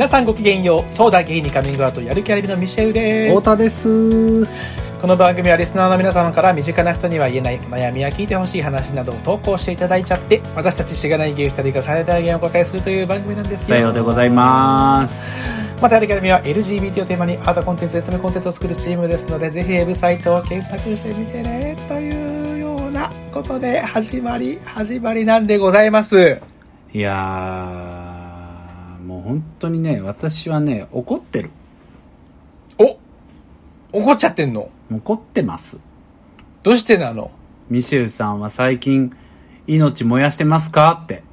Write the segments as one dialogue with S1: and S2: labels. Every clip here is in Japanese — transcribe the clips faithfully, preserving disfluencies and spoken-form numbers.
S1: 皆さんごきげんよう。そうだゲイにカミングアウトやる気ありみのミシェウです。
S2: 太田です。
S1: この番組はリスナーの皆様から身近な人には言えない悩みや聞いてほしい話などを投稿していただいちゃって、私たちしがないゲイふたりが最大限お答えするという番組なんですよ。
S2: さようでございます。
S1: またやる気ありみは エルジービーティー をテーマにアートコンテンツエンタメコンテンツを作るチームですので、ぜひウェブサイトを検索してみてねというようなことで始まり始まりなんでございます。
S2: いやーもう本当にね、私はね怒ってる。
S1: お怒っちゃってんの？
S2: 怒ってます。
S1: どうしてなの？
S2: ミシェルさんは最近命燃やしてますかって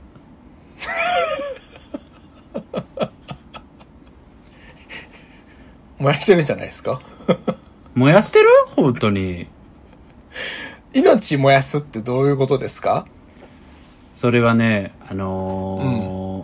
S1: 燃やしてるんじゃないですか？
S2: 燃やしてる？本当に
S1: 命燃やすってどういうことですか？
S2: それはね、あのーうん、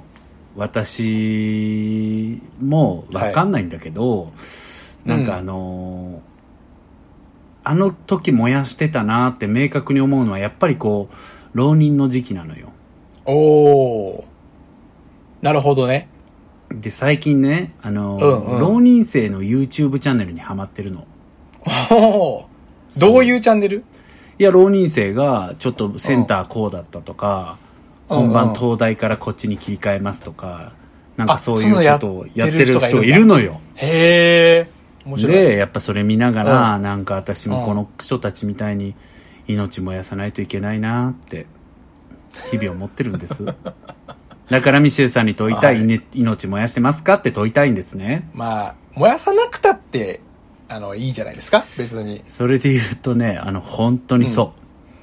S2: 私も分かんないんだけど、はい、なんかあのーうん、あの時燃やしてたなって明確に思うのはやっぱりこう浪人の時期なのよ。
S1: おー、なるほどね。
S2: で最近ね、あのーうんうん、浪人生の YouTube チャンネルにハマってるの。
S1: おー、どういうチャンネル？
S2: いや浪人生がちょっとセンターこうだったとか、本番東大からこっちに切り替えますとか、なんかそういうことをやってる人いるのよ。
S1: へー、面白い。
S2: でやっぱそれ見ながら、なんか私もこの人たちみたいに命燃やさないといけないなって日々思ってるんです。だからミシェルさんに問いたい、はい、命燃やしてますかって問いたいんですね。
S1: まあ燃やさなくたってあのいいじゃないですか、別に。
S2: それで言うとね、あの本当にそう、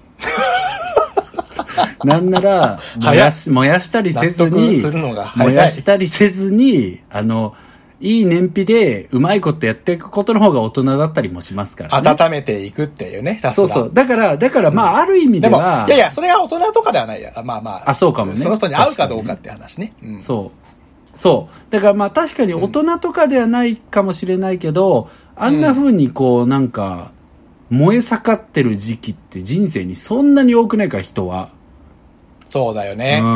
S2: うん、なんなら燃やし燃やしたりせずに燃やしたりせずにあのいい燃費でうまいことやっていくことの方が大人だったりもしますからね。
S1: 温めていくっていうね。さすが。
S2: そうそう。だからだからまあ、うん、ある意味では、
S1: でもいやいやそれは大人とかではないや。まあまあ。
S2: あ、そうかもね。
S1: その人に合うかどうかって話ね。
S2: うん、そうそうだからまあ確かに大人とかではないかもしれないけど、うん、あんな風にこうなんか燃え盛ってる時期って人生にそんなに多くないから、人は。
S1: そうだよね。
S2: うん。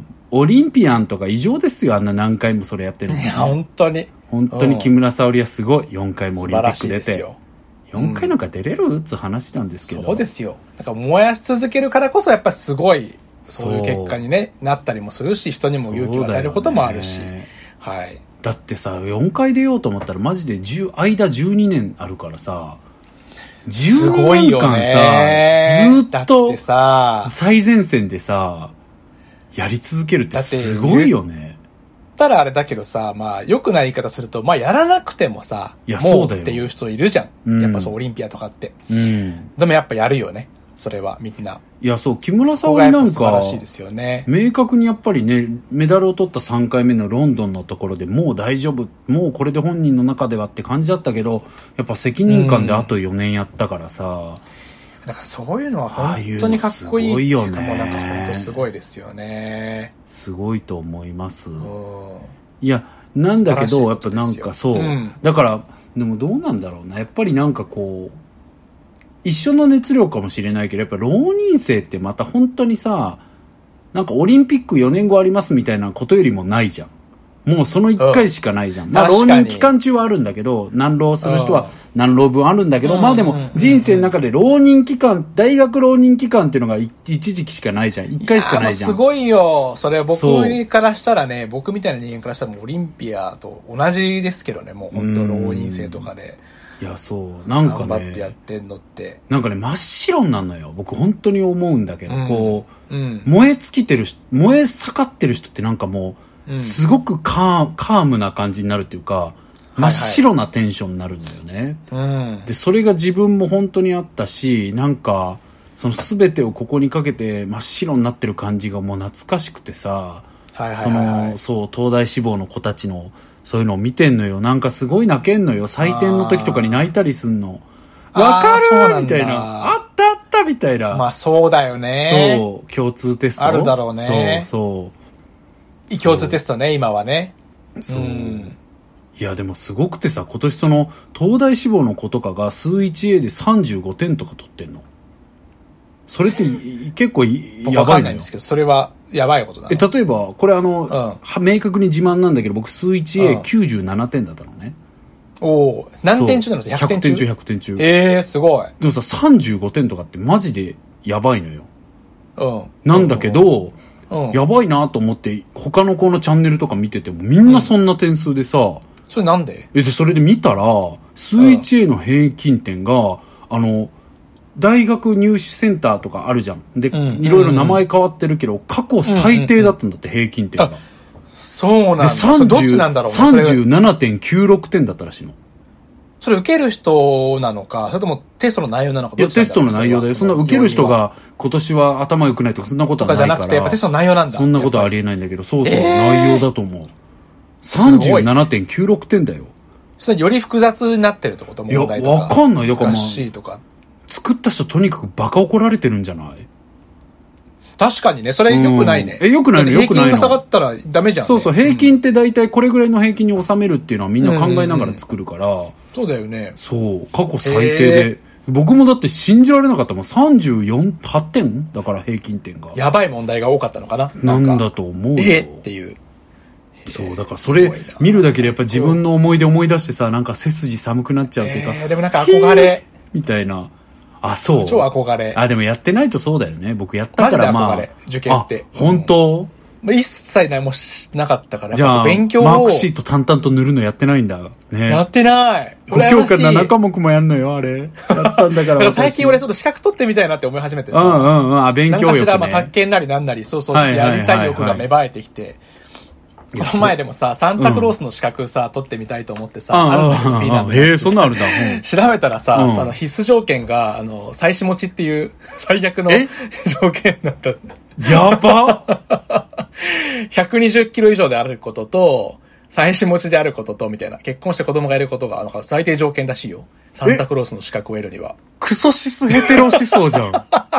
S2: オリンピアンとか異常ですよ、あんな何回もそれやってるの、ね。
S1: いや本当に
S2: 本当に木村沙織はすごい、よんかいもオリンピック出て
S1: よ
S2: よんかいなんか出れるって話なんですけど、
S1: うん、そうですよ。だから燃やし続けるからこそやっぱりすごいそういう結果に、ね、なったりもするし、人にも勇気を与えることもあるし、ね、はい。
S2: だってさよんかい出ようと思ったらマジでじゅう間じゅうにねんあるからさ、じゅうねんかんさずっと最前線でさやり続けるってすごいよね。
S1: たらあれだけどさ、まあ良くない言い方すると、まあやらなくてもさ、
S2: いや
S1: もうっていう人いるじゃん、うん、やっぱそうオリンピアとかって、
S2: うん、
S1: でもやっぱやるよね、それはみんな。
S2: いやそう木村沙織なんか素
S1: 晴らしいですよね。
S2: 明確にやっぱりねメダルを取ったさんかいめのロンドンのところでもう大丈夫、もうこれで本人の中ではって感じだったけど、やっぱ責任感であとよねんやったからさ、うん、
S1: だからそういうのは本当にかっこいいっていうか、もうなんか本当すごいですよね。
S2: すごいと思います。いやなんだけどやっぱなんかそう、うん、だからでもどうなんだろうな、やっぱりなんかこう一緒の熱量かもしれないけど、やっぱ浪人生ってまた本当にさ、なんかオリンピックよねんごありますみたいなことよりもないじゃん。もうそのいっかいしかないじゃん、うん、まあ浪人期間中はあるんだけど、難浪する人は何浪分あるんだけど、うん、まあでも人生の中で浪人期間、大学浪人期間っていうのが一時期しかないじゃん、いっかいしかないじゃん。
S1: すごいよそれは。僕からしたらね、僕みたいな人間からしたらもうオリンピアと同じですけどね、もう本当浪人生とかで。
S2: いやそうなんかね
S1: 頑張ってやってんのって
S2: なんかね真っ白になるのよ、僕本当に思うんだけど、うん、こう、うん、燃え尽きてる燃え盛ってる人ってなんかもう、うん、すごくカー、カームな感じになるっていうか、真っ白なテンションになるんだよね、はいはい、でそれが自分も本当にあったし、なんかその全てをここにかけて真っ白になってる感じがもう懐かしくてさ、そのそう東大志望の子たちのそういうのを見てんのよ。なんかすごい泣けんのよ。採点の時とかに泣いたりすんの。わかるみたいな。あったあったみたいな。
S1: まあそうだよね。
S2: そう。共通テスト。
S1: あるだろうね。
S2: そう。
S1: そう。共通テストね、今はね。
S2: そう。うん、いやでもすごくてさ、今年その東大志望の子とかが数 いちエー でさんじゅうごてんとか取ってんの。 それって結構やばいのよ。
S1: わかんないんですけど、それはやばいことだ。
S2: え、例えば、これあの、うん、明確に自慢なんだけど、僕数 いちエーきゅうじゅうななてんだったのね。
S1: おお、何点中なの？ ひゃく 点中 ?ひゃく 点中、
S2: ひゃくてん中。
S1: えー、すごい。
S2: でもさ、さんじゅうごてんとかってマジでやばいのよ。
S1: うん。
S2: なんだけど、
S1: うん、
S2: やばいなと思って、他の子のチャンネルとか見てても、みんなそんな点数でさ、うん、
S1: それなんで？
S2: え、で、それで見たら、数 いちエー の平均点が、うん、あの、大学入試センターとかあるじゃん。で、うん、いろいろ名前変わってるけど、過去最低だったんだって、平均点が。
S1: そうなんだ。
S2: で、さんじゅう、
S1: どっちなんだろうね。
S2: さんじゅうななてんきゅうろくてんだったらしいの。
S1: それ受ける人なのか、それともテストの内容なのか、
S2: いや、テストの内容だよ。そんな受ける人が今年は頭良くないとか、そんなことはないから。とかじゃなくて、
S1: やっぱテストの内容なんだ。
S2: そんなことはありえないんだけど、そうそう、えー、内容だと思う。さんじゅうななてんきゅうろくてんだよ。
S1: それより複雑になってるってこと？問題とか。
S2: いや、わかんない。だからまあ、
S1: 難しいとか。
S2: 作った人とにかくバカ怒られてるんじゃない？
S1: 確かにね、それ良くないね。
S2: え、良くないの？良くないの。
S1: 平均が下がったらダメじゃん、ね。
S2: そうそう、平均って大体これぐらいの平均に収めるっていうのはみんな考えながら作るから。うんうんうん、
S1: そうだよね。
S2: そう、過去最低で。えー、僕もだって信じられなかったもん。さんじゅうよん、はってんだから平均点が。
S1: やばい問題が多かったのかな。
S2: なんだと思うよ。
S1: えー、っていう。
S2: そう、だからそれ見るだけでやっぱ自分の思い出思い出してさ、なんか背筋寒くなっちゃうっていうか。
S1: えー、でもなんか憧れ。
S2: みたいな。あ、そう。
S1: 超憧れ。
S2: あ、でもやってないとそうだよね。僕やったからまあ。
S1: マジで憧れ。受験って。
S2: 本当？
S1: うん、一切ないもしなかったから。
S2: じゃあ、
S1: 勉強を。
S2: マークシート淡々と塗るのやってないんだ。ね。
S1: やってない。
S2: ご教科なな科目もやんのよ、あれ。やったんだから。
S1: だから最近俺ちょっと資格取ってみたいなって思い始めてさ。
S2: うんうんうん。あ、勉強欲ね。
S1: 何かしら、まあ、宅建なりなんなり、そうそうしてやりたい欲が芽生えてきて。この前でもさ、サンタクロースの資格さ、取ってみたいと思ってさ、あるんだよ、フィンランド。
S2: へえ、そんなあるんだ。
S1: 調べたらさ、あの必須条件が、あの、妻子持ちっていう最悪の条件だった。
S2: やば
S1: ひゃくにじゅっキロ以上であることと、妻子持ちであることと、みたいな。結婚して子供がいることが、なんか最低条件らしいよ。サンタクロースの資格を得るには。
S2: クソシスヘテロ思想じゃん。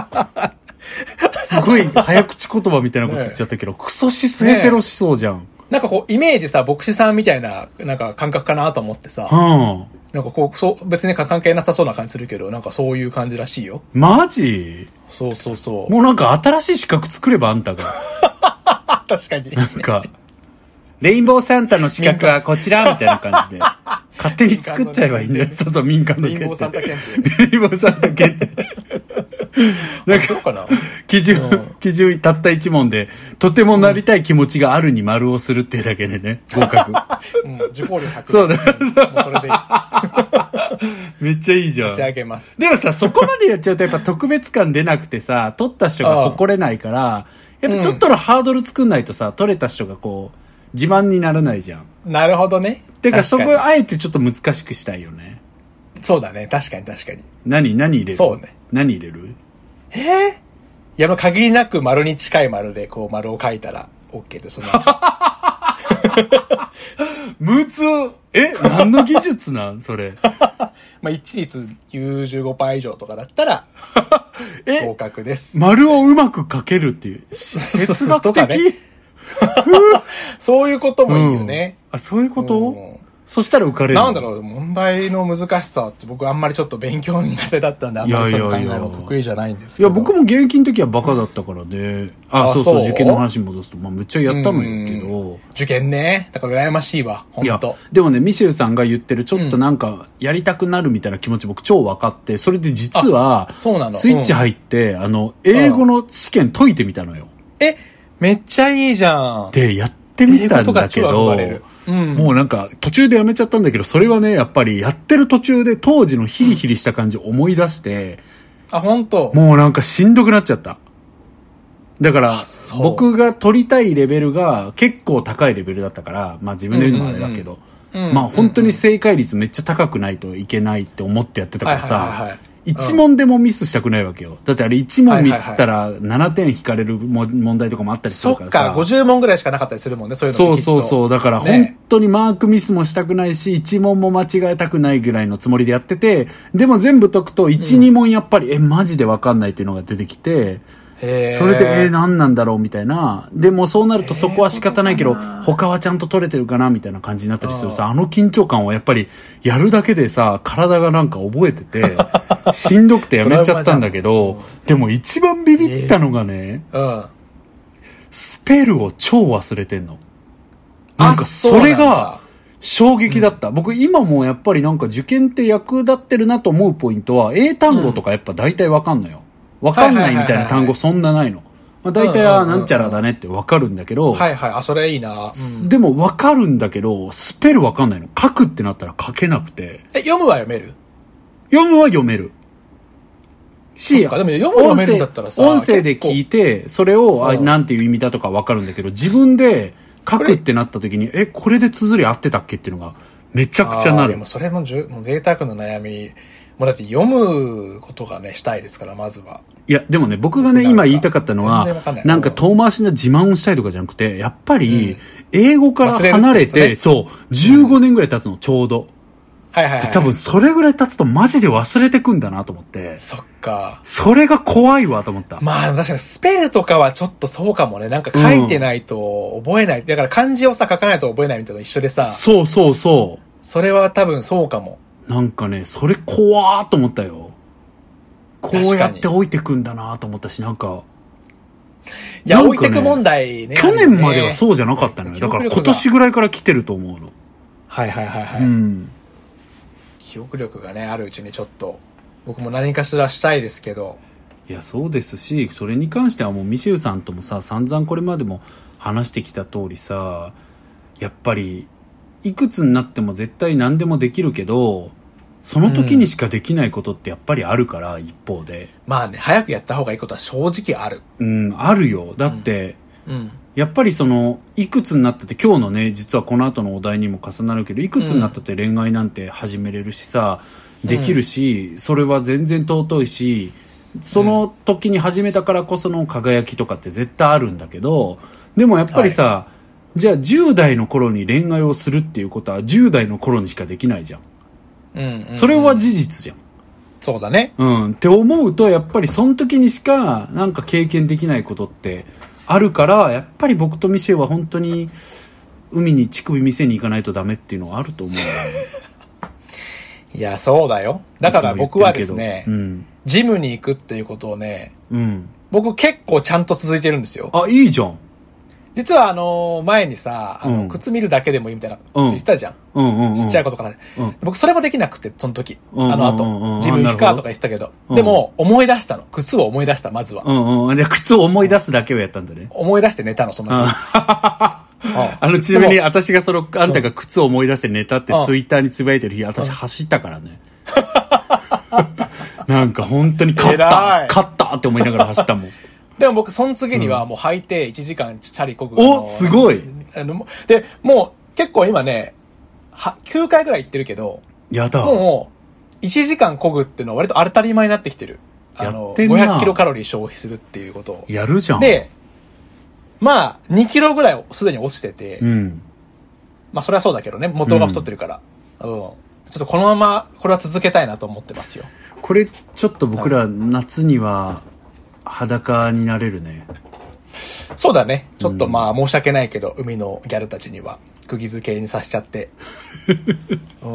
S2: すごい早口言葉みたいなこと言っちゃったけど、ね、クソシスヘテロ思想じゃん。
S1: なんかこう、イメージさ、牧師さんみたいな、なんか感覚かなと思ってさ。
S2: うん。
S1: なんかこう、そう、別に関係なさそうな感じするけど、なんかそういう感じらしいよ。
S2: マジ？
S1: そうそうそう。
S2: もうなんか新しい資格作ればあんたが。
S1: 確かに。
S2: なんか、レインボーサンタの資格はこちらみたいな感じで。勝手に作っちゃえばいいんだよ。そうそう、民間の
S1: レインボーサンタ検
S2: 定。レインボーサンタ検定。なんか、かな基準、うん、基準たった一問で、とてもなりたい気持ちがあるに丸をするっていうだけでね、合格。
S1: うん、受講料ひゃく。
S2: そうだ。
S1: もうそれでいい。
S2: めっちゃいいじゃん。
S1: 差し上げます。
S2: でもさ、そこまでやっちゃうとやっぱ特別感出なくてさ、取った人が誇れないから、やっぱちょっとのハードル作んないとさ、取れた人がこう、自慢にならないじゃん。
S1: なるほどね。
S2: てかそこをあえてちょっと難しくしたいよね。
S1: そうだね。確かに確かに。
S2: 何、何入れる？
S1: そうね。
S2: 何入れる？
S1: ええー、いや、限りなく丸に近い丸で、こう、丸を書いたら、OK で、その。
S2: むずえ何の技術なんそれ。
S1: まあ、一律 きゅうじゅうごパーセント 以上とかだったら、え合格です。
S2: 丸をうまく書けるっていう。哲学的ね。
S1: そういうこともいいよね。
S2: うん、あ、そういうこと、うん、そしたら受かれる。
S1: なんだろう、問題の難しさって僕あんまりちょっと勉強苦手だったんで、あんまりそういう考えの得意じゃないんですけど。
S2: いや、僕も現役の時はバカだったからね。あ、あそうそう、受験の話に戻すと、まあ、むっちゃやったのよけど。
S1: 受験ね。だから羨ましいわ、ほんと。いや、
S2: でもね、ミシェルさんが言ってる、ちょっとなんか、やりたくなるみたいな気持ち僕超分かって、それで実は、
S1: そうなの。
S2: スイッチ入って、うん、あの、英語の試験解いてみたのよ。
S1: え、めっちゃいいじゃん。
S2: で、やってみたんだけど、うん、もうなんか途中でやめちゃったんだけど、それはね、やっぱりやってる途中で当時のヒリヒリした感じを思い出して、
S1: うん、あ、本当。
S2: もうなんかしんどくなっちゃった。だから、僕が取りたいレベルが結構高いレベルだったから、まあ自分で言うのもあれだけど、うんうんうん、まあ本当に正解率めっちゃ高くないといけないって思ってやってたからさ、一問でもミスしたくないわけよ。だってあれ一問ミスったらななてん引かれる問題とかもあったりするからさ。
S1: そっか、ごじゅう問ぐらいしかなかったりするもんね、そういうのって。
S2: そうそうそう。だから本当にマークミスもしたくないし、一問も間違えたくないぐらいのつもりでやってて、でも全部解くといち、に問やっぱり、え、マジでわかんないっていうのが出てきて、 れで、えー、何なんだろうみたいな。でもそうなるとそこは仕方ないけど、他はちゃんと取れてるかなみたいな感じになったりするさ、あの緊張感はやっぱりやるだけでさ、体がなんか覚えてて、しんどくてやめちゃったんだけど、でも一番ビビったのがね、えーうん、スペルを超忘れてんの。なんかそれが衝撃だった。うん、僕今もやっぱりなんか受験って役立ってるなと思うポイントは、英単語とかやっぱ大体わかんのよ。わかんないみたいな単語そんなないの。まあ、大体はなんちゃらだねってわかるんだけど。
S1: はいはい。あ、それいいな。
S2: うん、でもわかるんだけど、スペルわかんないの。書くってなったら書けなくて。
S1: え、読むは読める？
S2: 読むは読める。し、
S1: でも読むは読めるんだったらさ、
S2: 音声で聞いて、それを、あ、なんていう意味だとかわかるんだけど、自分で書くってなった時に、え、これで綴り合ってたっけっていうのがめちゃくちゃなる。
S1: でもそれもじゅもう贅沢な悩み。もうだって読むことがね、したいですから、まずは。
S2: いや、でもね、僕がね、今言いたかったのは、なんか遠回しな自慢をしたいとかじゃなくて、やっぱり、英語から離れて、そう、じゅうごねんぐらい経つの、ちょうど。
S1: はいはいはい。
S2: で、多分それぐらい経つとマジで忘れてくんだなと思って。
S1: そっか。
S2: それが怖いわと思った。
S1: まあ、確かにスペルとかはちょっとそうかもね。なんか書いてないと覚えない。うん、だから漢字をさ、書かないと覚えないみたいなの一緒でさ。
S2: そうそうそう。
S1: それは多分そうかも。
S2: なんかね、それ怖ーと思ったよ。こうやって置いてくんだなと思ったし、なんか。
S1: いや、ね、置いてく問題ね。
S2: 去年まではそうじゃなかったのよ。だから今年ぐらいから来てると思うの。
S1: はいはいはいはい。うん。記憶力がね、あるうちにちょっと、僕も何かしらしたいですけど。
S2: いや、そうですし、それに関してはもうミシェルさんともさ、散々これまでも話してきた通りさ、やっぱり、いくつになっても絶対何でもできるけど、その時にしかできないことってやっぱりあるから、うん、一方で。
S1: まあね、早くやった方がいいことは正直ある。
S2: うん、あるよ。だって、うんうん、やっぱりその、いくつになったって、今日のね、実はこの後のお題にも重なるけど、いくつになったって恋愛なんて始めれるしさ、できるし、うん、それは全然尊いし、その時に始めたからこその輝きとかって絶対あるんだけど、でもやっぱりさ、はい、じゃあじゅう代の頃に恋愛をするっていうことはじゅう代の頃にしかできないじゃん。うんうんうん、それは事実じゃん。
S1: そうだね。
S2: うん。って思うと、やっぱりその時にしかなんか経験できないことってあるから、やっぱり僕とミシェは本当に海に乳首見せに行かないとダメっていうのはあると思う、ね。
S1: いや、そうだよ。だから僕はですね、うん、ジムに行くっていうことをね、うん、僕結構ちゃんと続いてるんですよ。
S2: あ、いいじゃん。
S1: 実はあの前にさ、あの、うん、靴見るだけでもいいみたいなこと言ってたじゃん。うんうんうん、ちっちゃいことからね、うん。僕それもできなくて、その時。うんうんうん、あの後、ジム行くかとか言ってたけど。うん、でも、思い出したの。靴を思い出した、まずは。
S2: うんうん。で、靴を思い出すだけをやったんだね。
S1: 思い出して寝たの、その日。
S2: あの、ちなみに私がその、あんたが靴を思い出して寝たってツイッターにつぶやいてる日、私走ったからね。なんか本当に勝った、勝ったって思いながら走ったもん。
S1: でも僕、その次にはもう履いていちじかんチャリこぐ。
S2: お、すごい。
S1: あので、もう結構今ね、はきゅうかいぐらい行ってるけど、
S2: やだ。
S1: もう、いちじかんこぐっていうのは割と当たり前になってきてる。あの、ごひゃくキロカロリー消費するっていうことを。
S2: やるじゃん。
S1: で、まあ、にキロぐらいすでに落ちてて、うん、まあそれはそうだけどね、元が太ってるから。うん。うん、ちょっとこのまま、これは続けたいなと思ってますよ。
S2: これ、ちょっと僕ら夏には、裸になれるね。
S1: そうだね。ちょっとまあ申し訳ないけど、うん、海のギャルたちには釘付けにさせちゃって。うん。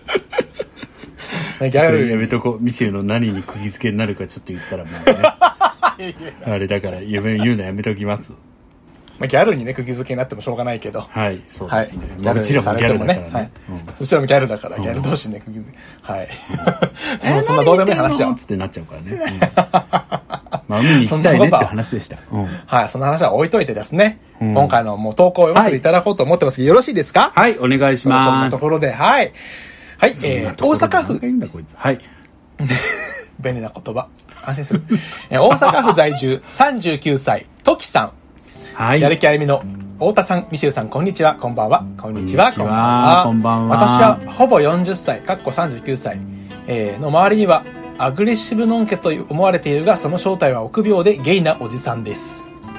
S2: ギャルやめとこう。ミシェルの何に釘付けになるかちょっと言ったらもうね。あれだから言うのやめときます。
S1: まあギャルにね釘付けになってもしょうがないけど。
S2: はい、そうですね。はい、うちらもギャルだからね。はい、
S1: うん、うちらもギャルだから、ギャル同士ね釘付け。はい。そ, そんなどうでもいい話は。
S2: つってなっちゃうからね。うんまあ、海に行きたいねって話でした。うん、
S1: はい、その話は置いといてですね。うん、今回のもう投稿を読ませていただこうと思ってますけど、はい、よろしいですか？
S2: はい、お願いします。
S1: そんなところで、はい。はい、えー、大阪府。
S2: はい。
S1: 便利な言葉。安心する。えー、大阪府在住さんじゅうきゅうさい、トキさん。はい。やる気あゆみの太田さん、ミシェルさん、こんにちは、こんばんは。こんにちは、こんばんは。
S2: こんばんは。
S1: 私はほぼよんじゅっさい、かっこさんじゅうきゅうさい、えー、の周りには、アグレッシブノンケと思われているが、その正体は臆病でゲイなおじさんです。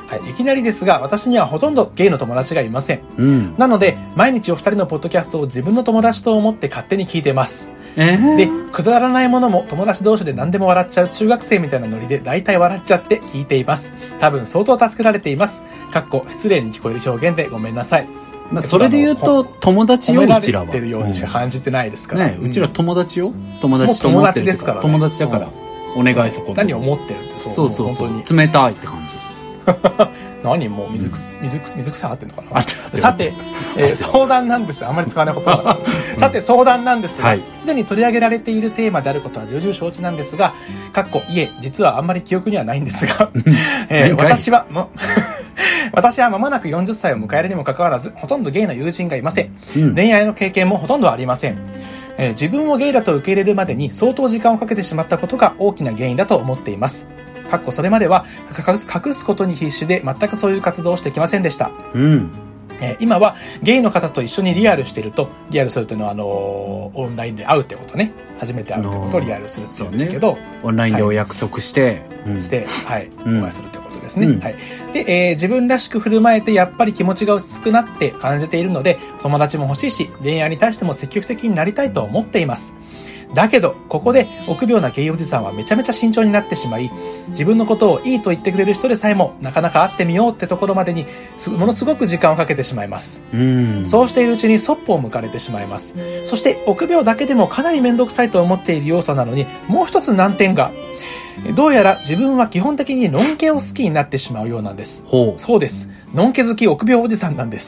S1: はい、いきなりですが、私にはほとんどゲイの友達がいません。
S2: うん、
S1: なので、毎日お二人のポッドキャストを自分の友達と思って勝手に聞いてます。
S2: えー、
S1: で、くだらないものも友達同士で何でも笑っちゃう中学生みたいなノリで大体笑っちゃって聞いています。多分相当助けられています。かっこ失礼に聞こえる表現でごめんなさい。
S2: まあ、それで言うと友達よ、うちらは。
S1: 褒められてるようにしか感じてないですから。
S2: ね、うちら友達よ。友達と思ってる。
S1: 友達ですからね。
S2: 友達だから。お願いそこ。
S1: 何を思ってるって。
S2: そうそうそう。本当に冷たいって感じ。
S1: 何もう水くす、水くす、水草合ってんのかな。さて、えー、相談なんです。あんまり使わない言葉だから。さて、相談なんですが、すでに取り上げられているテーマであることは重々承知なんですが、かっこいえ、実はあんまり記憶にはないんですが、えー、私は、も私は間もなくよんじゅっさいを迎えるにもかかわらず、ほとんどゲイの友人がいません。うん、恋愛の経験もほとんどありません。えー、自分をゲイだと受け入れるまでに相当時間をかけてしまったことが大きな原因だと思っています。かっこそれまでは隠す、隠すことに必死で全くそういう活動をしてきませんでした。
S2: うん
S1: えー、今はゲイの方と一緒にリアルしてると、リアルするというのはあのー、オンラインで会うってことね。初めて会うってことをリアルするって言うんですけど、ね、
S2: オンラインでお約束して、はい
S1: うん、して、はい、お会いするってことですね。うん、はい。で、えー、自分らしく振る舞えてやっぱり気持ちが落ち着くなって感じているので、友達も欲しいし、恋愛に対しても積極的になりたいと思っています。だけど、ここで臆病なゲイおじさんはめちゃめちゃ慎重になってしまい、自分のことをいいと言ってくれる人でさえもなかなか会ってみようってところまでにものすごく時間をかけてしまいます。
S2: うん
S1: そうしているうちにそっぽを向かれてしまいます。そして臆病だけでもかなりめんどくさいと思っている要素なのに、もう一つ難点が、どうやら自分は基本的にノンケを好きになってしまうようなんです。
S2: ほう。
S1: そうです。ノンケ好き臆病おじさんなんです。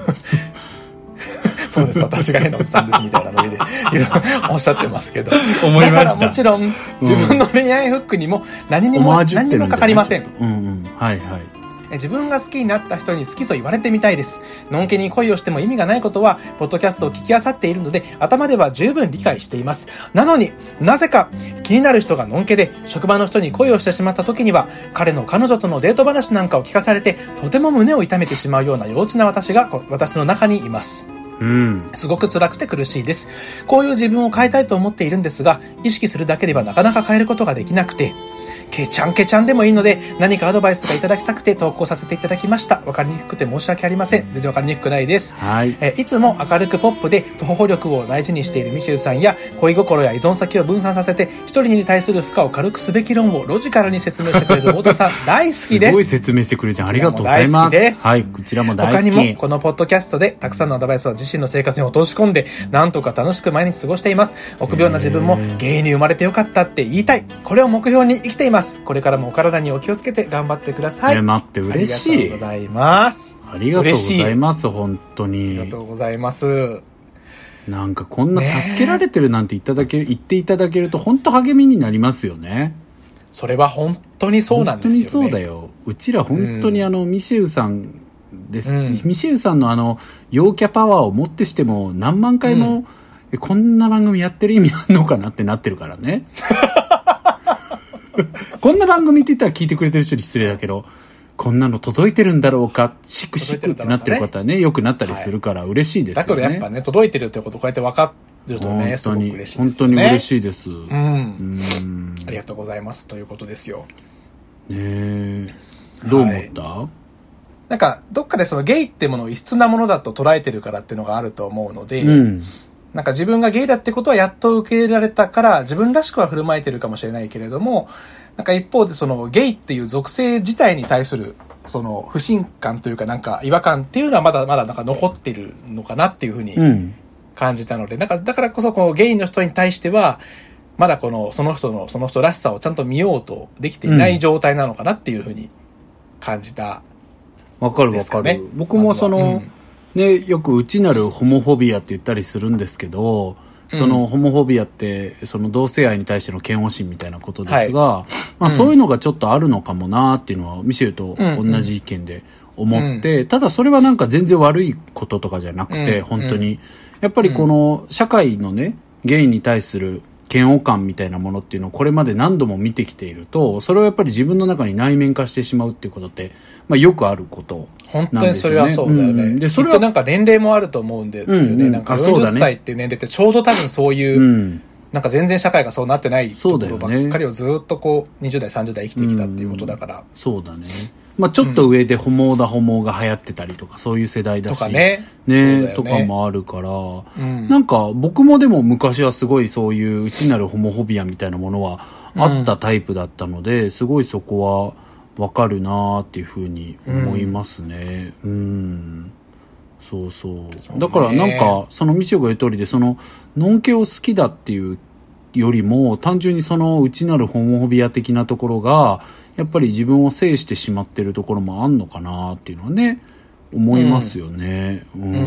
S1: そうです。私が変なおじさんですみたいなノリでおっしゃってますけど。
S2: 思いました。
S1: だからもちろん自分の恋愛フックにも何にも、何にもかかりません。
S2: うんうん。はいはい。
S1: 自分が好きになった人に好きと言われてみたいです。のんけに恋をしても意味がないことは、ポッドキャストを聞き漁っているので、頭では十分理解しています。なのになぜか気になる人がのんけで、職場の人に恋をしてしまった時には、彼の彼女とのデート話なんかを聞かされて、とても胸を痛めてしまうような幼稚な私が、私の中にいます。
S2: うん、
S1: すごく辛くて苦しいです。こういう自分を変えたいと思っているんですが、意識するだけではなかなか変えることができなくて、ケチャンケチャンでもいいので、何かアドバイスがいただきたくて投稿させていただきました。わかりにくくて申し訳ありません。全然わかりにくくないです。
S2: はい。
S1: えいつも明るくポップで徒歩力を大事にしているミシェルさんや、恋心や依存先を分散させて、一人に対する負荷を軽くすべき論をロジカルに説明してくれる太田さん、大好きです。
S2: すごい説明してくれるじゃん。ありがとうございます。
S1: 大好きです。
S2: はい、こちらも大好き。
S1: 他にも、このポッドキャストでたくさんのアドバイスを自身の生活に落とし込んで、なんとか楽しく毎日過ごしています。臆病な自分も、ゲイに生まれてよかったって言いたい。これを目標に生きています。これからもお体にお気をつけて頑張ってください。
S2: えー、待って嬉しい。
S1: ありがとうございます。
S2: ありがとうございます。本当に。
S1: ありがとうございます。
S2: なんかこんな助けられてるなんて言っていただける、言っていただけると本当励みになりますよね。
S1: それは本当にそうなんですよね。
S2: 本当にそうだよ。うちら本当にあの、うん、ミシェルさんです、うん、ミシェルさんのあの陽キャパワーをもってしても何万回も、うん、こんな番組やってる意味あんのかなってなってるからね。こんな番組って言ったら聞いてくれてる人に失礼だけど、こんなの届いてるんだろうか、シクシクってなってる方はね、よくなったりするから嬉しいですよね。
S1: だからやっぱね、届いてるってことをこうやって分かるとね、すごく嬉しいですよね。
S2: 本当に嬉しいです。うん。
S1: うん。ありがとうございますということですよ。
S2: ねえ。どう思った、はい、
S1: なんか、どっかでそのゲイってものを異質なものだと捉えてるからっていうのがあると思うので、うん、なんか自分がゲイだってことはやっと受け入れられたから、自分らしくは振る舞えてるかもしれないけれども、なんか一方でそのゲイっていう属性自体に対するその不信感というかなんか違和感っていうのはまだまだなんか残ってるのかなっていうふうに感じたので、うん、なんかだからこそこのゲイの人に対してはまだこのその人のその人らしさをちゃんと見ようとできていない状態なのかなっていうふうに感じた、
S2: わかるわかる。僕もその、まうん、ね、よく内なるホモフォビアって言ったりするんですけど、そのホモフォビアってその同性愛に対しての嫌悪心みたいなことですが、はい、まあ、そういうのがちょっとあるのかもなっていうのはミシェルと同じ意見で思って、うんうん、ただそれはなんか全然悪いこととかじゃなくて、うん、本当にやっぱりこの社会のねゲイに対する嫌悪感みたいなものっていうのをこれまで何度も見てきていると、それをやっぱり自分の中に内面化してしまうっていうことって、まあ、よくあることなんですよね。本当に
S1: それはそうだよね、うん、でそれはきっとなんか年齢もあると思うんですよね、うんうん、なんかよんじゅっさいっていう年齢ってちょうど多分そういう、うん、なんか全然社会がそうなってないところばっかりをずっとこうにじゅう代さんじゅう代生きてきたっていうことだから、
S2: うん、そうだね。 まあちょっと上でホモだホモが流行ってたりとか、そういう世代だし。
S1: とかね。
S2: ね、
S1: ね
S2: とかもあるから、
S1: うん、なん
S2: か僕もでも昔はすごいそういう内なるホモフォビアみたいなものはあったタイプだったので、うん、すごいそこはわかるなーっていうふうに思いますね。うん。うんそうそう。そうだからなんか、そのミシオが言う通りで、その、ノンケを好きだっていうよりも、単純にその内なるホモフォビア的なところが、やっぱり自分を制してしまってるところもあんのかなっていうのはね、思いますよね。うん。うん、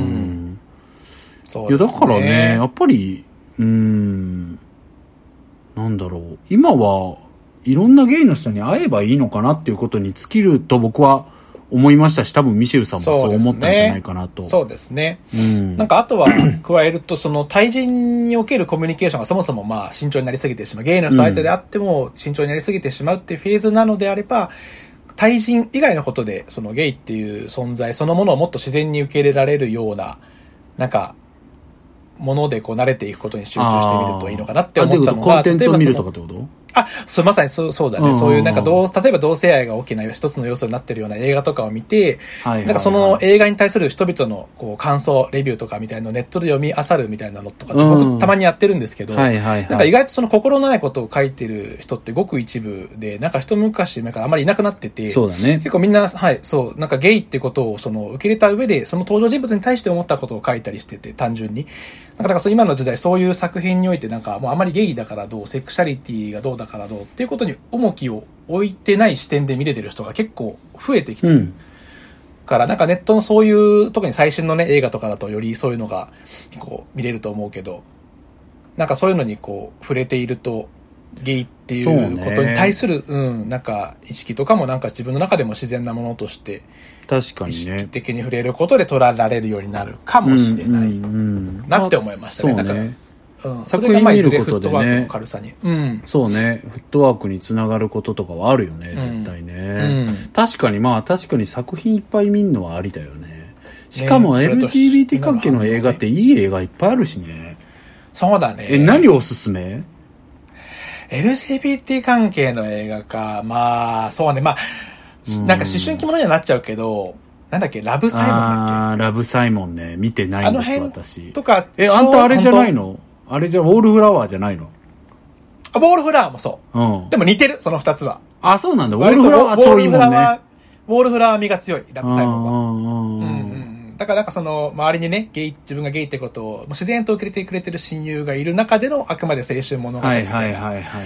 S2: そうですね。いや、だからね、やっぱり、うーん、なんだろう。今はいろんなゲイの人に会えばいいのかなっていうことに尽きると僕は思いましたし、多分ミシェルさんもそう思ったんじゃないかなと。
S1: そうですね。そうですね。うん、なんかあとは加えると、その対人におけるコミュニケーションがそもそもまあ慎重になりすぎてしまう。ゲイの人相手であっても慎重になりすぎてしまうっていうフェーズなのであれば、対人以外のことでそのゲイっていう存在そのものをもっと自然に受け入れられるような、なんか、ものでこう慣れていくことに集中してみるといいのかなって思ったのが、
S2: コンテンツを見るとかってこと？
S1: あ、そう、まさにそう、そうだね。そういうなんかどう、例えば同性愛が大きな一つの要素になっているような映画とかを見て、はいはいはい、なんかその映画に対する人々のこう感想、レビューとかみたいなのをネットで読み漁るみたいなのとかって僕たまにやってるんですけど、はいはいはい、なんか意外とその心のないことを書いてる人ってごく一部で、なんか一昔なんかあまりいなくなってて、
S2: そうだね。
S1: 結構みんな、はい、そう、なんかゲイってことをその受け入れた上で、その登場人物に対して思ったことを書いたりしてて、単純に。だからそう今の時代そういう作品においてなんかもうあまりゲイだからどう、セクシャリティがどうだからどうっていうことに重きを置いてない視点で見れてる人が結構増えてきてる、うん、からなんかネットのそういう特に最新のね映画とかだとよりそういうのがこう見れると思うけど、なんかそういうのにこう触れているとゲイっていうことに対するう、ね、うんなんか意識とかもなんか自分の中でも自然なものとして
S2: 確かにね、意識
S1: 的に触れることで捉えられるようになるかもしれないなって思いましたね。
S2: うんうんうん、
S1: だから、
S2: うん、作品見ることでね、
S1: 軽さに、うん、
S2: そうね、フットワークにつながることとかはあるよね、絶対ね、うんうん、確かにまあ確かに作品いっぱい見るのはありだよね。しかも エルジービーティー 関係の映画っていい映画いっぱいあるしね。
S1: そうだね。
S2: え、何おすすめ？
S1: エルジービーティー 関係の映画か。まあそうね、まあなんか思春期ものにはなっちゃうけど、なんだっけ、ラブサイモンだっけ。
S2: ああ、ラブサイモンね、見てないんです、
S1: あの
S2: 私。
S1: とか、
S2: え、あんたあれじゃないの？あれじゃ、ウォールフラワーじゃないの？
S1: あ、ウォールフラワーもそう。うん。でも似てる、その二つは。
S2: あ、そうなんだ。ウォールフラワー超いいもんね。
S1: ウォールフラワー味が強い、ラブサイモンは。うんうんうん。だからなんかその、周りにね、ゲイ、自分がゲイってことを、自然と受け入れてくれてる親友がいる中での、あくまで青春物語みたいな。はいはいはいはいはい。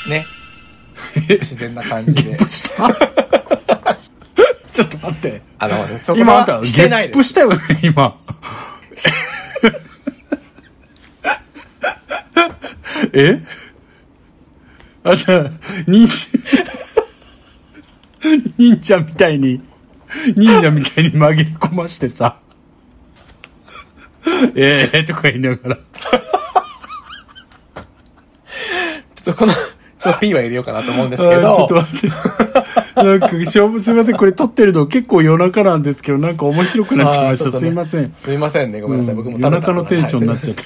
S1: ね。自然な感じで。
S2: ちょっと待って。
S1: あの、そこはしてないです。
S2: ゲップしたよね、今。えあと、忍者、忍者みたいに、忍者みたいに紛れ込ましてさ、ええー、とか言いながら。ちょ
S1: っとこの、ちょっと P は入れようかなと思うんですけど。
S2: ちょっと待って。なんか、勝負すいません。これ撮ってるの結構夜中なんですけど、なんか面白くなっちゃいました。ね、すいません。
S1: すいませんね。ごめんなさい。うん、僕も
S2: 夜中のテンションになっちゃった。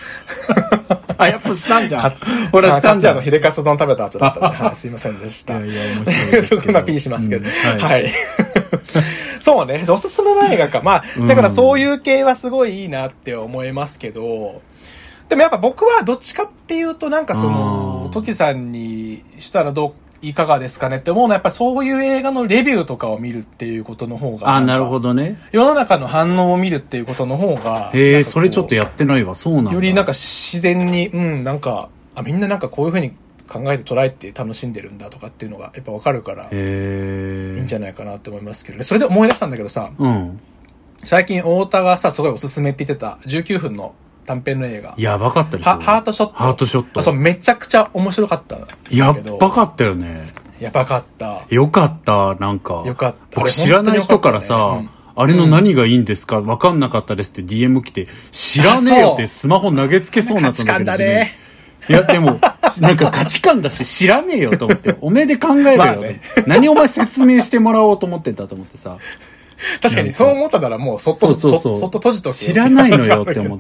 S2: あ、やっぱしたんじゃん。ほら、したんじゃん。
S1: のヒレカツ丼食べた後だったんで、はい、すいませんでした。いやいや、面白いですけど。まあ、P しますけど。うん、はい。はい、そうね。おすすめの映画か。まあ、だからそういう系はすごいいいなって思いますけど、でもやっぱ僕はどっちかっていうとなんかその、トキさんにしたらどう、いかがですかねって思うのはやっぱりそういう映画のレビューとかを見るっていうことの方が。
S2: あ、なるほどね。
S1: 世の中の反応を見るっていうことの方が。
S2: へえ、それちょっとやってないわ。そうなんだ。
S1: よりなんか自然に、うん、なんか、あ、みんななんかこういう風に考えて捉えて楽しんでるんだとかっていうのがやっぱわかるから、へえ。いいんじゃないかなって思いますけどね。それで思い出したんだけどさ、うん。最近太田がさ、すごいおすすめって言ってたじゅうきゅうふんの短編の映画。
S2: やばかったでしょ。
S1: ハートショット。
S2: ハートショット。
S1: そう、めちゃくちゃ面白かったんだけど。
S2: やばかったよね。
S1: やばかった。
S2: よかった、なんか。
S1: よかった。
S2: 僕知らない人からさ、ね、うん、あれの何がいいんですか、わかんなかったですって ディーエム 来て、知らねえよってスマホ投げつけそうになったんだけど。価値観だね。いや、でも、なんか価値観だし知らねえよと思って、おめえで考えろよ、まあね。何お前説明してもらおうと思ってんだと思ってさ。
S1: 確かにそう思ったならもうそっと、そうそうそうそっと閉じとけ
S2: 知らないのよって思って。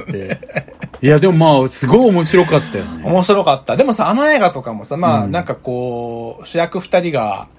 S2: いやでもまあすごい面白かったよね。
S1: 面白かった。でもさ、あの映画とかもさ、まあ、うん、なんかこう主役二人が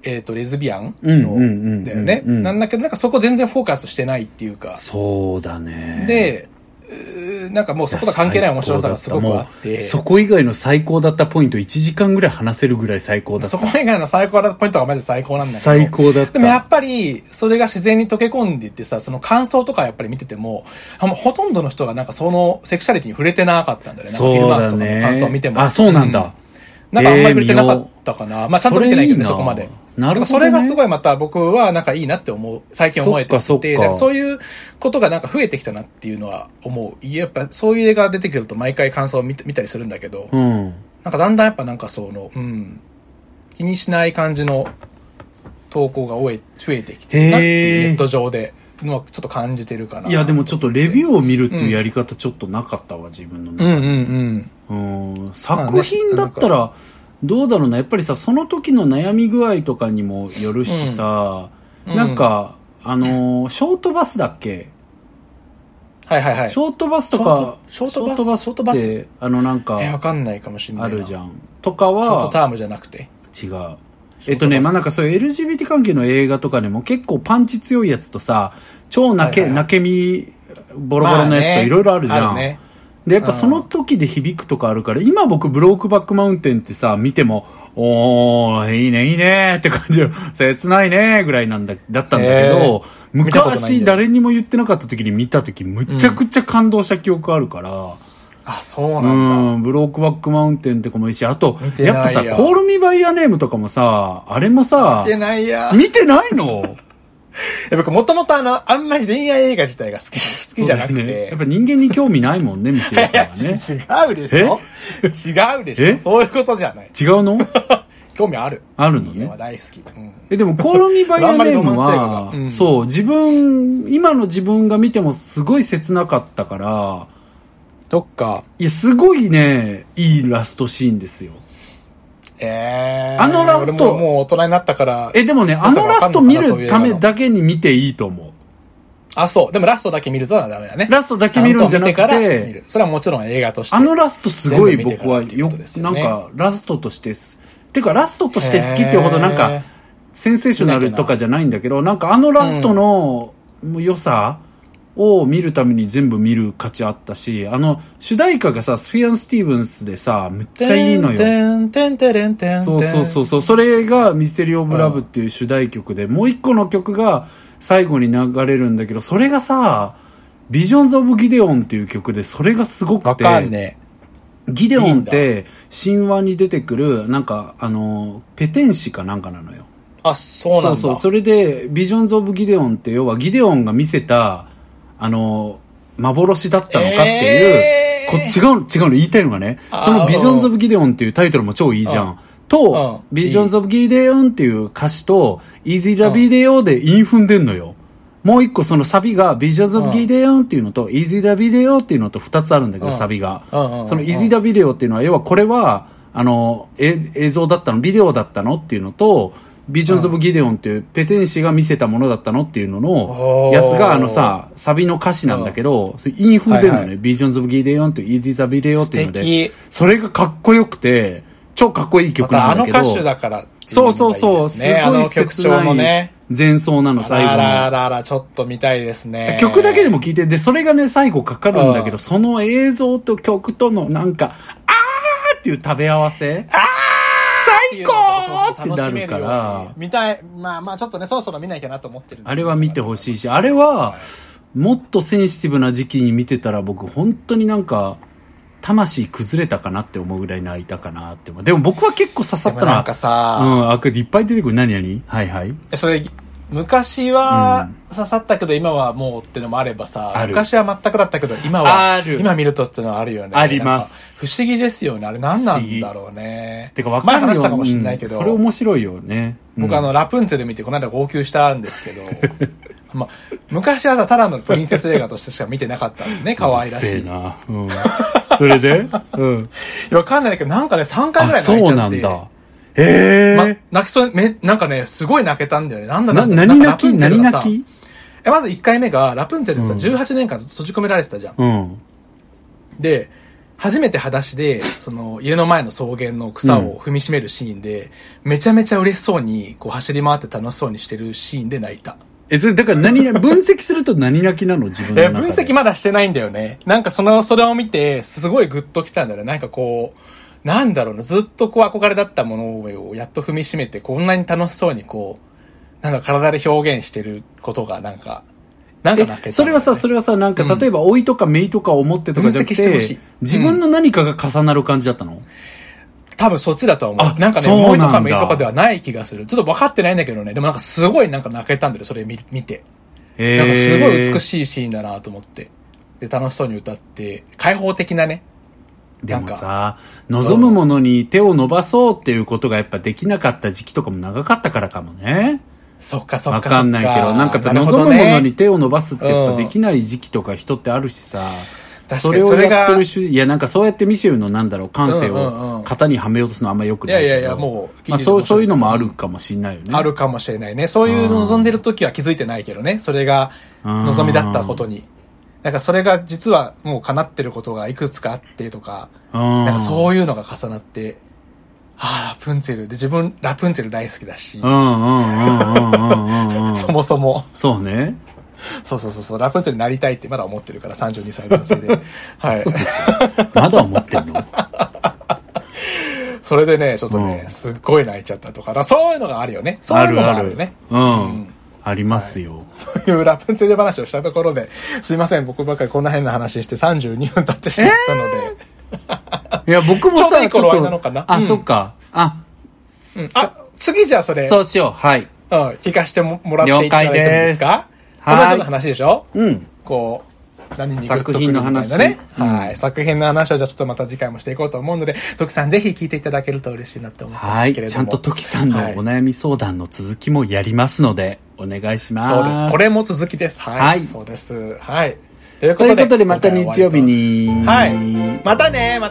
S1: えっ、ー、と、レズビアンの、だよね。なんだけど、なんかそこ全然フォーカスしてないっていうか。
S2: そうだね。
S1: で、なんかもうそことは関係ない面白さがすごくあって。
S2: そこ以外の最高だったポイントいちじかんぐらい話せるぐらい最高だった。
S1: そこ以外の最高だったポイントがマジで最高なんだけど。
S2: 最高だった。
S1: でもやっぱり、それが自然に溶け込んでいってさ、その感想とかやっぱり見てても、ほとんどの人がなんかそのセクシャリティに触れてなかったんだよね。
S2: そうだね。
S1: フィルマークスとかの感想を見ても。
S2: あ、そうなんだ。うん、
S1: なんかあんまり触れてなかったかな。まあちゃんと見てないけどね、そこまで。なるほど、ね。それがすごいまた僕はなんかいいなって思う、最近思えてきて、そ, そういうことがなんか増えてきたなっていうのは思う。やっぱそういう映画が出てくると毎回感想を見たりするんだけど、うん、なんかだんだんやっぱなんかその、うん、気にしない感じの投稿が増えてきてるなっていうネット上でのはちょっと感じてるかな。
S2: いやでもちょっとレビューを見るっていうやり方ちょっとなかったわ、自分の中で。うんうんうん。うん、作品だったら、どうだろうな、やっぱりさ、その時の悩み具合とかにもよるしさ、うん、なんか、あのー、ショートバスだっけ？
S1: はいはいはい。
S2: ショートバスとか、
S1: ショートバス、
S2: ショートバスって、あのなんか、
S1: え、わかんないかもしれない。
S2: あるじゃん。とかは、
S1: ショートタームじゃなくて。
S2: 違う。えっとね、まあ、なんかそういう エルジービーティー 関係の映画とかでも結構パンチ強いやつとさ、超泣け、はいはい、泣けみ、ボロボロのやつといろいろあるじゃん。まあね、で、やっぱその時で響くとかあるから、今僕ブロークバックマウンテンってさ、見ても、おー、いいね、いいねって感じよ。切ないねぐらいなんだ、だったんだけど、昔誰にも言ってなかった時に見た時、むちゃくちゃ感動した記憶あるから、うん、
S1: あ、そうなんだ。
S2: うん、ブロークバックマウンテンとかもいいし、あと、やっぱさ、コールミバイアネームとかもさ、あれもさ、
S1: 見てないや。
S2: 見てないの
S1: やっぱもともとあの、あんまり恋愛映画自体が好き、好きじゃなくて。
S2: ね、やっぱ人間に興味ないもんね、むしろさんはね。
S1: 違うでしょ違うでしょそういうことじゃない。
S2: 違うの
S1: 興味ある。
S2: あるのね。
S1: は大好き。うん、
S2: え、でも、コールミバイアネームは、うん、そう、自分、今の自分が見てもすごい切なかったから、
S1: どっか。
S2: いや、すごいね、いいラストシーンですよ。
S1: えー、
S2: あのラスト。
S1: 俺ももう大人になったから。
S2: え、でもね、あのラスト見るためだけに見ていいと思う。
S1: あ、そう。でもラストだけ見るとはダメだね。
S2: ラストだけ見るんじゃなくて、
S1: 見るそれはもちろん映画として。
S2: あのラストすごい僕はよ、なんか、ラストとしてす、てかラストとして好きっていうほどなんか、センセーショナルとかじゃないんだけど、なんかあのラストの良さを見るために全部見る価値あったし、あの、主題歌がさ、スフィアン・スティーブンスでさ、むっちゃいいのよ。そうそうそうそう。それがミステリー・オブ・ラブっていう主題曲で、もう一個の曲が最後に流れるんだけど、それがさ、ビジョンズ・オブ・ギデオンっていう曲で、それがすごくて、
S1: わかんねえ。
S2: ギデオンって神話に出てくる、なんか、あの、ペテン師かなんかなのよ。
S1: あ、そうなんだ。そうそう。
S2: それで、ビジョンズ・オブ・ギデオンって要はギデオンが見せた、あの、幻だったのかっていう、えー、こ違う、違うの言いたいのがね、そのビジョンズ・オブ・ギデオンっていうタイトルも超いいじゃん。と、ビジョンズ・オブ・ギデオンっていう歌詞と、イージー・ラ・ビデオで韻踏んでんのよ。もう一個そのサビが、ビジョンズ・オブ・ギデオンっていうのと、イージー・ラ・ビデオっていうのと二つあるんだけど、サビが。そのイージー・ラ・ビデオっていうのは、要はこれは、あの、え、映像だったの、ビデオだったのっていうのと、ビジョンズ・オブ・ギデオンっていうペテン師が見せたものだったのっていうののやつがあのさ、サビの歌詞なんだけど、インフでんのね、はいはい、ビジョンズ・オブ・ギデオンとイーディ・ザ・ビデオっていうので、それがかっこよくて、超かっこいい曲なんだけど。
S1: ま、あの歌手だから、ね。
S2: そうそうそう、すごい切ない前奏なの、最後の。
S1: あららら、ちょっと見たいですね。
S2: 曲だけでも聴いて、で、それがね、最後かかるんだけど、その映像と曲とのなんか、あーっていう食べ合わせ。あー最高ってなるから、
S1: 見たい。まあまあちょっとね、そろそろ見なきゃなと思ってる。
S2: あれは見てほしいし、あれはもっとセンシティブな時期に見てたら僕本当になんか魂崩れたかなって思うぐらい泣いたかなって思う。でも僕は結構刺さったのは、
S1: なんかさ、
S2: うん、あ、これいっぱい出てくる。何々はいはい。
S1: それ昔は刺さったけど今はもうってのもあればさ、うん、昔は全くだったけど今は今見るとっていうのはあるよね。
S2: あります。
S1: 不思議ですよね。あれ何なんだろうね。
S2: てか分かるよ。
S1: 前話したかもしれないけど、
S2: うん、それ面白いよね。
S1: うん、僕あのラプンツェル見てこの間号泣したんですけどまあ、昔はさただのプリンセス映画としてしか見てなかったんでね。可愛らしいな、
S2: うん、それで、うん、
S1: いや分かんないけどなんかねさんかいぐらい泣いちゃって。そうなんだ。
S2: へえ、
S1: ま、泣きそう、め、なんかね、すごい泣けたんだよね。なんだろう。
S2: な、何泣き何泣き
S1: え、まずいっかいめが、ラプンツェルでさ、うん、じゅうはちねんかん閉じ込められてたじゃん。うん、で、 初めて裸足で、その、家の前の草原の草を踏みしめるシーンで、うん、めちゃめちゃ嬉しそうに、こう走り回って楽しそうにしてるシーンで泣いた。
S2: え、それ、だから何、分析すると何泣きなの自分の中で。
S1: 分析まだしてないんだよね。なんかその、それを見て、すごいグッときたんだよね。なんかこう、なんだろうな、ずっとこう憧れだったものをやっと踏みしめて、こんなに楽しそうにこう、なんか体で表現してることがなんか、なんか泣けた、ね。
S2: それはさ、それはさ、なんか例えば老いとか姪とか思ってとかじゃなくて、うん、自分の何かが重なる感じだったの？
S1: 多分そっちだと思う。なんかね、思いとか姪とかではない気がする。ちょっと分かってないんだけどね。でもなんかすごいなんか泣けたんだよ、それ見見て。えー、なんかすごい美しいシーンだなと思って。で、楽しそうに歌って、開放的なね。
S2: でもさ、望むものに手を伸ばそうっていうことがやっぱできなかった時期とかも長かったからかもね。
S1: そっかそっかそっか。
S2: わかんないけど、なんかやっぱ望むものに手を伸ばすってやっぱできない時期とか人ってあるしさ。うん、それをやってるし、いやなんかそうやってミシェルのなんだろう、感性を型にはめようとするのあんま良くないけど。いやいやいや、もう、まあそう、そういうのもあるかもしれないよね。
S1: あるかもしれないね。そういう望んでる時は気づいてないけどね。それが望みだったことに。なんかそれが実はもう叶ってることがいくつかあってとか、なんかそういうのが重なって、ああ、ラプンツェルで自分ラプンツェル大好きだし、そもそも
S2: そうね、
S1: そうそうそうそう、ラプンツェルになりたいってまだ思ってるから、さんじゅうにさい男性で、はい、
S2: そうですよ、まだ思ってんの？
S1: それでね、ちょっとね、うん、すっごい泣いちゃったとか、そういうのがあるよね。そういうのもあるよね。
S2: あるある、うん。うんありますよ、はい、
S1: そういうラプンツェル話をしたところで、すいません、僕ばっかりこんな変な話してさんじゅうにふん経ってしまったので、
S2: えー、いや僕もさ、ちょうどいい頃合いなのかな。あ、
S1: うん、
S2: そっか。あ、
S1: うん、あ、次じゃあそれ
S2: そうしよう。はい。
S1: うん、聞かしてもらっていただいてもいいですか？同じような話でしょ？うん。こう何にグッとくるみたいなね、作品の話、うん、はい、作品の話はじゃあちょっとまた次回もしていこうと思うので、トキさんぜひ聞いていただけると嬉しいなと思ってますけれども、
S2: はい、ちゃんとトキさんのお悩み相談の続きもやりますので、はい、お願いします。
S1: そうです、これも続きです。はい、はい、そうです。はい、
S2: ということで、ということでまた日曜日に、
S1: はい、またね、また